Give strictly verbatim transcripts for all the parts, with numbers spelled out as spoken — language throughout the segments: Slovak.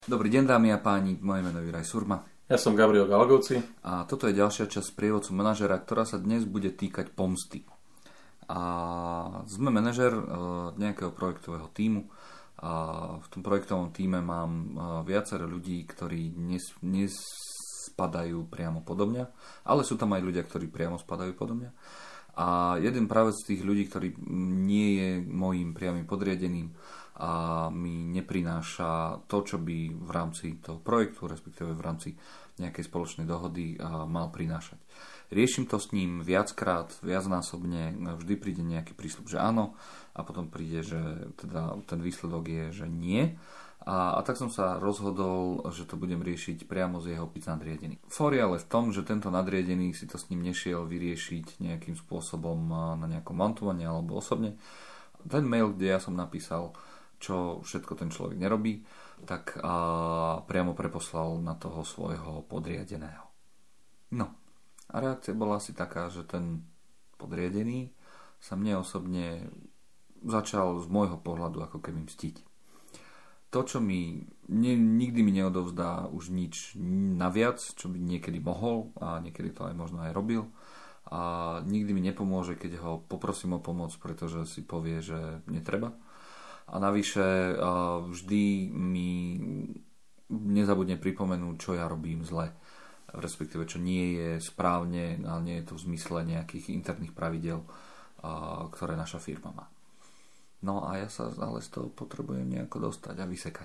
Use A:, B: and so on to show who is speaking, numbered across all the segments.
A: Dobrý deň, dámy a páni, moje meno je Juraj Surma.
B: Ja som Gabriel Galgovci.
A: A toto je ďalšia časť prievodcu manažera, ktorá sa dnes bude týkať pomsty. A sme manažer nejakého projektového tímu. A v tom projektovom tíme mám viacero ľudí, ktorí nes, nespadajú priamo podo mňa, ale sú tam aj ľudia, ktorí priamo spadajú podo mňa. A jeden práve z tých ľudí, ktorý nie je môjim priamym podriadeným, a mi neprináša to, čo by v rámci toho projektu, respektíve v rámci nejakej spoločnej dohody mal prinášať. Riešim to s ním viackrát, viacnásobne, vždy príde nejaký prísľub, že áno, a potom príde, že teda ten výsledok je, že nie. A, a tak som sa rozhodol, že to budem riešiť priamo z jeho nadriadený. Fór je ale v tom, že tento nadriadený si to s ním nešiel vyriešiť nejakým spôsobom na nejakom montovaní alebo osobne. Ten mail, kde ja som napísal, čo všetko ten človek nerobí, tak a priamo preposlal na toho svojho podriadeného. No, a reakcia bola asi taká, že ten podriadený sa mne osobne začal z môjho pohľadu ako keby mstiť. To, čo mi ne, nikdy mi neodovzdá už nič naviac, čo by niekedy mohol a niekedy to aj možno aj robil, a nikdy mi nepomôže, keď ho poprosím o pomoc, pretože si povie, že netreba. A navyše vždy mi nezabudne pripomenúť, čo ja robím zle, respektíve čo nie je správne, ale nie je to v zmysle nejakých interných pravidel, ktoré naša firma má. No a ja sa ale z toho potrebujem nejako dostať a vysekať.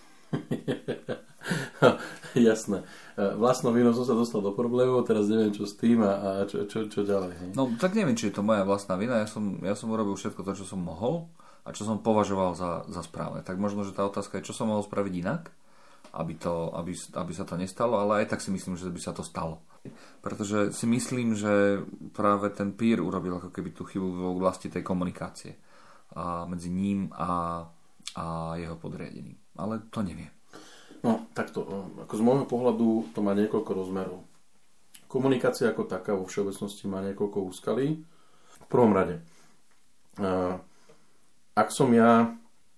B: Jasné. Vlastnou vinou som sa dostal do problémov, teraz neviem, čo s tým a čo, čo, čo ďalej. Hej?
A: No tak neviem, či je to moja vlastná vina. Ja som, ja som urobil všetko to, čo som mohol a čo som považoval za, za správne. Tak možno, že tá otázka je, čo som mohol spraviť inak, aby, to, aby, aby sa to nestalo, ale aj tak si myslím, že by sa to stalo. Pretože si myslím, že práve ten peer urobil ako keby tú chybu v oblasti tej komunikácie a medzi ním a, a jeho podriadeným. Ale to neviem.
B: No, takto. Ako z môjho pohľadu to má niekoľko rozmerov. Komunikácia ako taká vo všeobecnosti má niekoľko úskalí. V prvom rade, ak som ja,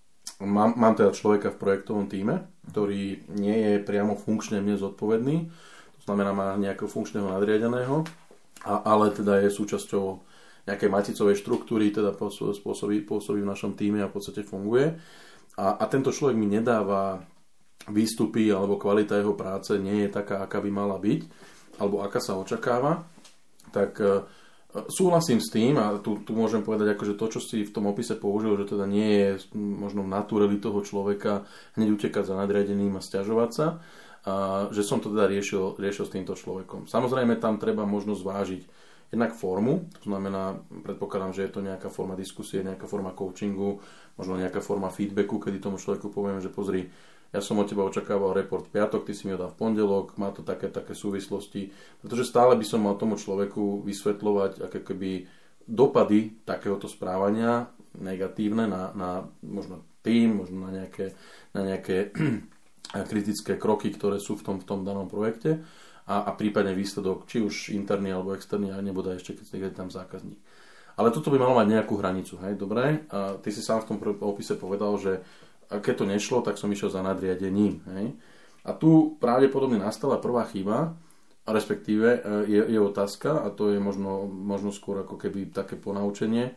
B: mám, mám teda človeka v projektovom tíme, ktorý nie je priamo funkčne mne zodpovedný, to znamená má nejakého funkčného nadriadeného, a, ale teda je súčasťou nejakej maticovej štruktúry, teda pôsobí, pôsobí v našom tíme a v podstate funguje. A, a tento človek mi nedáva výstupy alebo kvalita jeho práce nie je taká, aká by mala byť, alebo aká sa očakáva, tak e, súhlasím s tým a tu, tu môžem povedať, akože to, čo si v tom opise použil, že teda nie je možno v natúreli toho človeka hneď utekať za nadriadeným a sťažovať sa, a že som to teda riešil, riešil s týmto človekom. Samozrejme tam treba možno zvážiť jednak formu, to znamená, predpokladám, že je to nejaká forma diskusie, nejaká forma coachingu, možno nejaká forma feedbacku, kedy tomu človeku poviem, že pozri, ja som od teba očakával report v piatok, ty si mi ho dal v pondelok, má to také, také súvislosti, pretože stále by som mal tomu človeku vysvetľovať aké keby dopady takéhoto správania negatívne na, na možno tým, možno na nejaké, na nejaké kritické kroky, ktoré sú v tom, v tom danom projekte a, a prípadne výsledok, či už interný alebo externý, a nebude ešte, keď je tam zákazník. Ale toto by malo mať nejakú hranicu, hej, dobre? A ty si sám v tom opise povedal, že a keď to nešlo, tak som išiel za nadriadením. Hej. A tu pravdepodobne nastala prvá chyba, a respektíve je, je otázka, a to je možno, možno skôr ako keby také ponaučenie.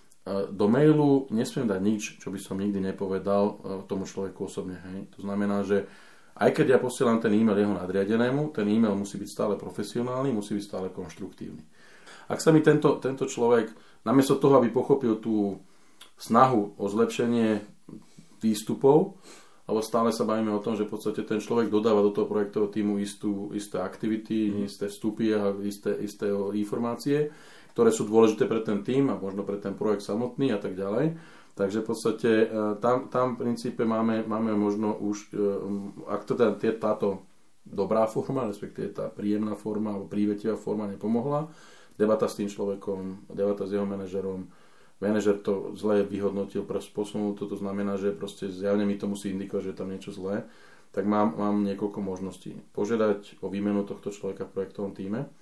B: Do mailu nesmiem dať nič, čo by som nikdy nepovedal tomu človeku osobne. Hej. To znamená, že aj keď ja posielam ten e-mail jeho nadriadenému, ten e-mail musí byť stále profesionálny, musí byť stále konštruktívny. Ak sa mi tento, tento človek, namiesto toho, aby pochopil tú snahu o zlepšenie výstupov, alebo stále sa bavíme o tom, že v podstate ten človek dodáva do toho projektového týmu istú, isté aktivity, mm. isté vstupy a isté, isté informácie, ktoré sú dôležité pre ten tím a možno pre ten projekt samotný a tak ďalej. Takže v podstate tam, tam v princípe máme, máme možno už, ak to teda táto dobrá forma, respektíve tá príjemná forma alebo prívetivá forma nepomohla, debata s tým človekom, debata s jeho manažerom, manažer to zle vyhodnotil, posunul to, to znamená, že proste zjavne mi to musí indikovať, že je tam niečo zlé, tak mám, mám niekoľko možností. Požiadať o výmenu tohto človeka v projektovom tíme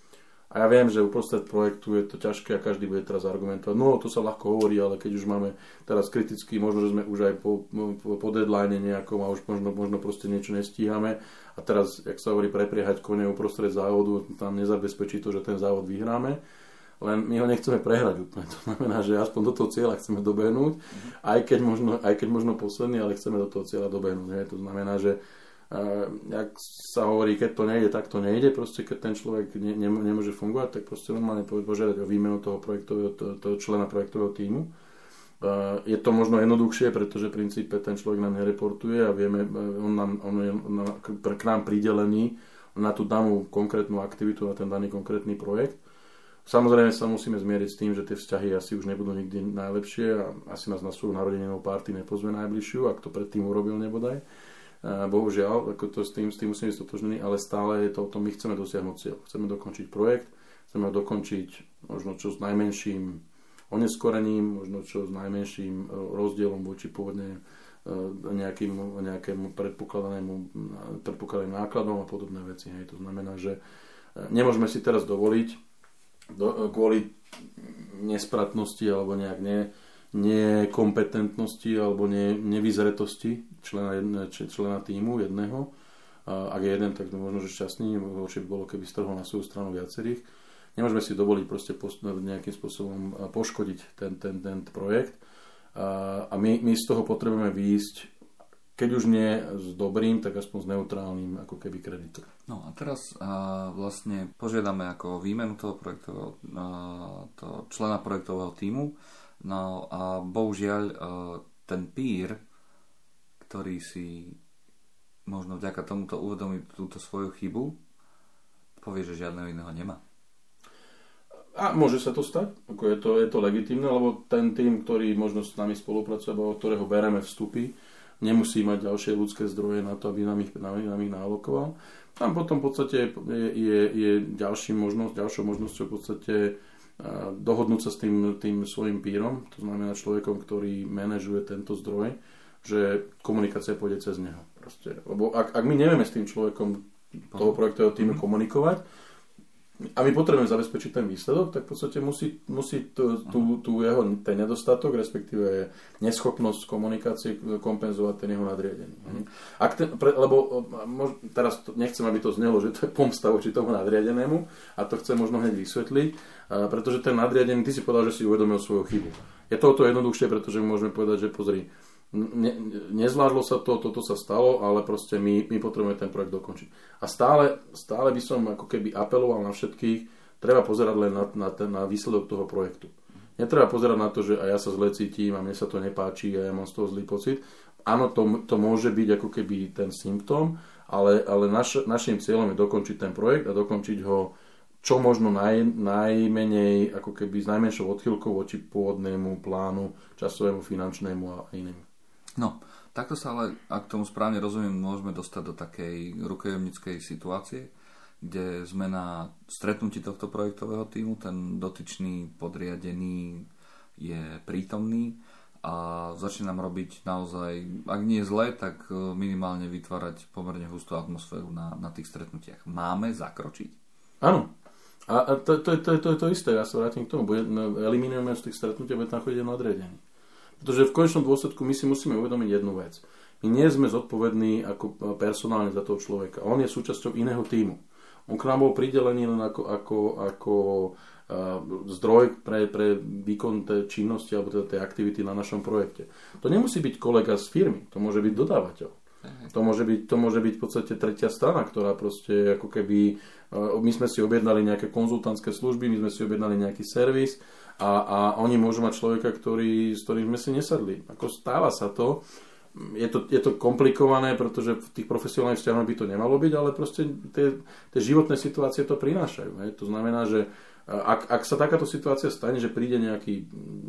B: A ja viem, že uprostred projektu je to ťažké a každý bude teraz argumentovať. No, to sa ľahko hovorí, ale keď už máme teraz kriticky, možno, že sme už aj po, po, po deadline nejakom a už možno, možno proste niečo nestíhame. A teraz, jak sa hovorí, prepriehať kone uprostred závodu, tam nezabezpečí to, že ten závod vyhráme. Len my ho nechceme prehrať úplne. To znamená, že aspoň do toho cieľa chceme dobehnúť, mm-hmm. aj, keď možno, aj keď možno posledný, ale chceme do toho cieľa dobehnúť. Nie? To znamená, že Uh, jak sa hovorí, keď to nejde, tak to nejde. Proste keď ten človek ne, ne, nemôže fungovať, tak proste normálne požiadať o výmenu toho projektového, to, toho člena projektového tímu. Uh, je to možno jednoduchšie, pretože v princípe ten človek nám nereportuje a vieme, on, nám, on je na, k nám pridelený na tú danú konkrétnu aktivitu, na ten daný konkrétny projekt. Samozrejme sa musíme zmieriť s tým, že tie vzťahy asi už nebudú nikdy najlepšie a asi nás na svoju narodeninovú party nepozve najbližšiu, ak to predtým urobil nebodaj. Bohužiaľ, ako to s tým, s tým musíme byť stotožnení, ale stále je to o tom, my chceme dosiahnuť cieľ. Chceme dokončiť projekt, chceme ho dokončiť možno čo s najmenším oneskorením, možno čo s najmenším rozdielom voči pôvodne nejakým, nejakému predpokladanému, predpokladaným nákladom a podobné veci. Hej. To znamená, že nemôžeme si teraz dovoliť do, kvôli nespratnosti alebo nejak ne nekompetentnosti alebo ne, nevyzretosti člena, jedne, člena týmu jedného. A ak je jeden, tak možno, že šťastný, lepšie by bolo, keby strhol na svoju stranu viacerých. Nemôžeme si dovoliť proste post, nejakým spôsobom poškodiť ten, ten, ten projekt. A, a my, my z toho potrebujeme výjsť, keď už nie s dobrým, tak aspoň s neutrálnym ako keby kreditom.
A: No a teraz a, vlastne požiadame ako výmenu toho projektového, a, toho člena projektového tímu. No a bohužiaľ ten peer, ktorý si možno vďaka tomuto uvedomí túto svoju chybu, povie, že žiadneho iného nemá.
B: A môže sa to stať, ako je to, je to legitímne, lebo ten tým, ktorý možno s nami spolupracuje, alebo od ktorého bereme vstupy, nemusí mať ďalšie ľudské zdroje na to, aby nám ich, nám, nám ich naalokoval. Tam potom v podstate je, je, je ďalší možnosť, ďalšou možnosťou v podstate dohodnúť sa s tým, tým svojim pírom, to znamená človekom, ktorý manažuje tento zdroj, že komunikácia pôjde cez neho. Proste. Lebo ak, ak my nevieme s tým človekom toho projektového týmu komunikovať a my potrebujeme zabezpečiť ten výsledok, tak v podstate musí, musí tú, tú, tú jeho ten nedostatok, respektíve neschopnosť komunikácie kompenzovať ten jeho nadriadený. Ak ten, pre, lebo mož, teraz to, nechcem, aby to znelo, že to je pomsta voči tomu nadriadenému a to chcem možno hneď vysvetliť, a, pretože ten nadriadený, ty si povedal, že si uvedomil svoju chybu. Je to o to jednoduchšie, pretože môžeme povedať, že pozri, Ne, nezvládlo sa to, toto sa stalo, ale proste my, my potrebujeme ten projekt dokončiť. A stále, stále by som ako keby apeloval na všetkých, treba pozerať len na, na, ten, na výsledok toho projektu. Netreba pozerať na to, že a ja sa zle cítim a mne sa to nepáči a ja mám z toho zlý pocit. Áno, to, to môže byť ako keby ten symptóm, ale, ale naš, našim cieľom je dokončiť ten projekt a dokončiť ho čo možno naj, najmenej, ako keby s najmenšou odchýlkou voči pôvodnému plánu, časovému, finančnému a iným.
A: No, takto sa ale, ak tomu správne rozumiem, môžeme dostať do takej rukojemnickej situácie, kde sme na stretnutí tohto projektového tímu, ten dotyčný podriadený je prítomný a začne nám robiť naozaj, ak nie zle, tak minimálne vytvárať pomerne hustú atmosféru na, na tých stretnutiach. Máme zakročiť?
B: Áno. A to, to, to, to je to isté, ja sa vrátim k tomu. Bude, eliminujeme z tých stretnutí, bude tam chodiť nadriadený. Pretože v konečnom dôsledku my si musíme uvedomiť jednu vec. My nie sme zodpovední ako personálne za toho človeka. On je súčasťou iného tímu. On k nám bol pridelený len ako, ako, ako uh, zdroj pre, pre výkon tej činnosti alebo teda tej aktivity na našom projekte. To nemusí byť kolega z firmy, to môže byť dodávateľ. To môže byť, to môže byť v podstate tretia strana, ktorá proste ako keby, uh, my sme si objednali nejaké konzultantské služby, my sme si objednali nejaký servis, A, a oni môžu mať človeka, ktorý, s ktorým sme si nesadli. Ako stáva sa to. Je to, je to komplikované, pretože v tých profesionálnych vzťahoch by to nemalo byť, ale proste tie, tie životné situácie to prinášajú. Ne? To znamená, že ak, ak sa takáto situácia stane, že príde nejaký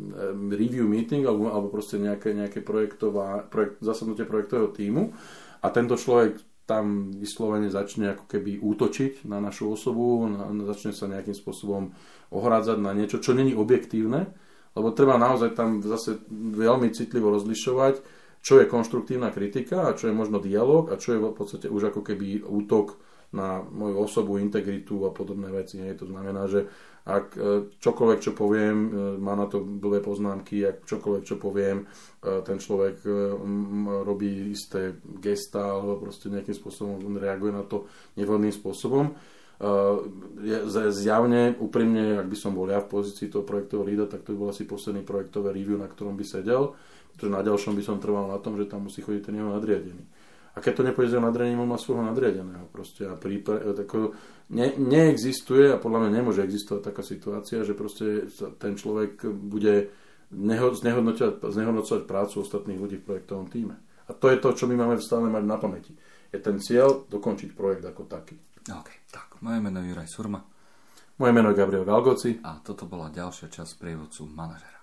B: review meeting alebo, alebo proste nejaké, nejaké projektová, projekt, zasadnutie projektového tímu a tento človek tam vyslovene začne ako keby útočiť na našu osobu, na, začne sa nejakým spôsobom ohrádzať na niečo, čo není objektívne, lebo treba naozaj tam zase veľmi citlivo rozlišovať, čo je konštruktívna kritika a čo je možno dialog a čo je v podstate už ako keby útok na moju osobu, integritu a podobné veci. Hej. To znamená, že ak čokoľvek, čo poviem, má na to blbé poznámky, ak čokoľvek, čo poviem, ten človek robí isté gestá alebo proste nejakým spôsobom reaguje na to nevhodným spôsobom. Zjavne, úprimne, ak by som bol ja v pozícii toho projektového lída, tak to by bol asi posledný projektové review, na ktorom by sedel, pretože na ďalšom by som trval na tom, že tam musí chodiť ten jeho nadriadený. A keď to nepôjde za nadriadením, on má svojho nadriadeného. Proste a prípad, tako, ne, neexistuje a podľa mňa nemôže existovať taká situácia, že proste ten človek bude znehodnocovať, znehodnocovať prácu ostatných ľudí v projektovom týme. A to je to, čo my máme stále mať na pamäti. Je ten cieľ dokončiť projekt ako taký.
A: OK, tak. Moje meno je Juraj Surma.
B: Moje meno je Gabriel Galgoci.
A: A toto bola ďalšia časť Sprievodcu manažera.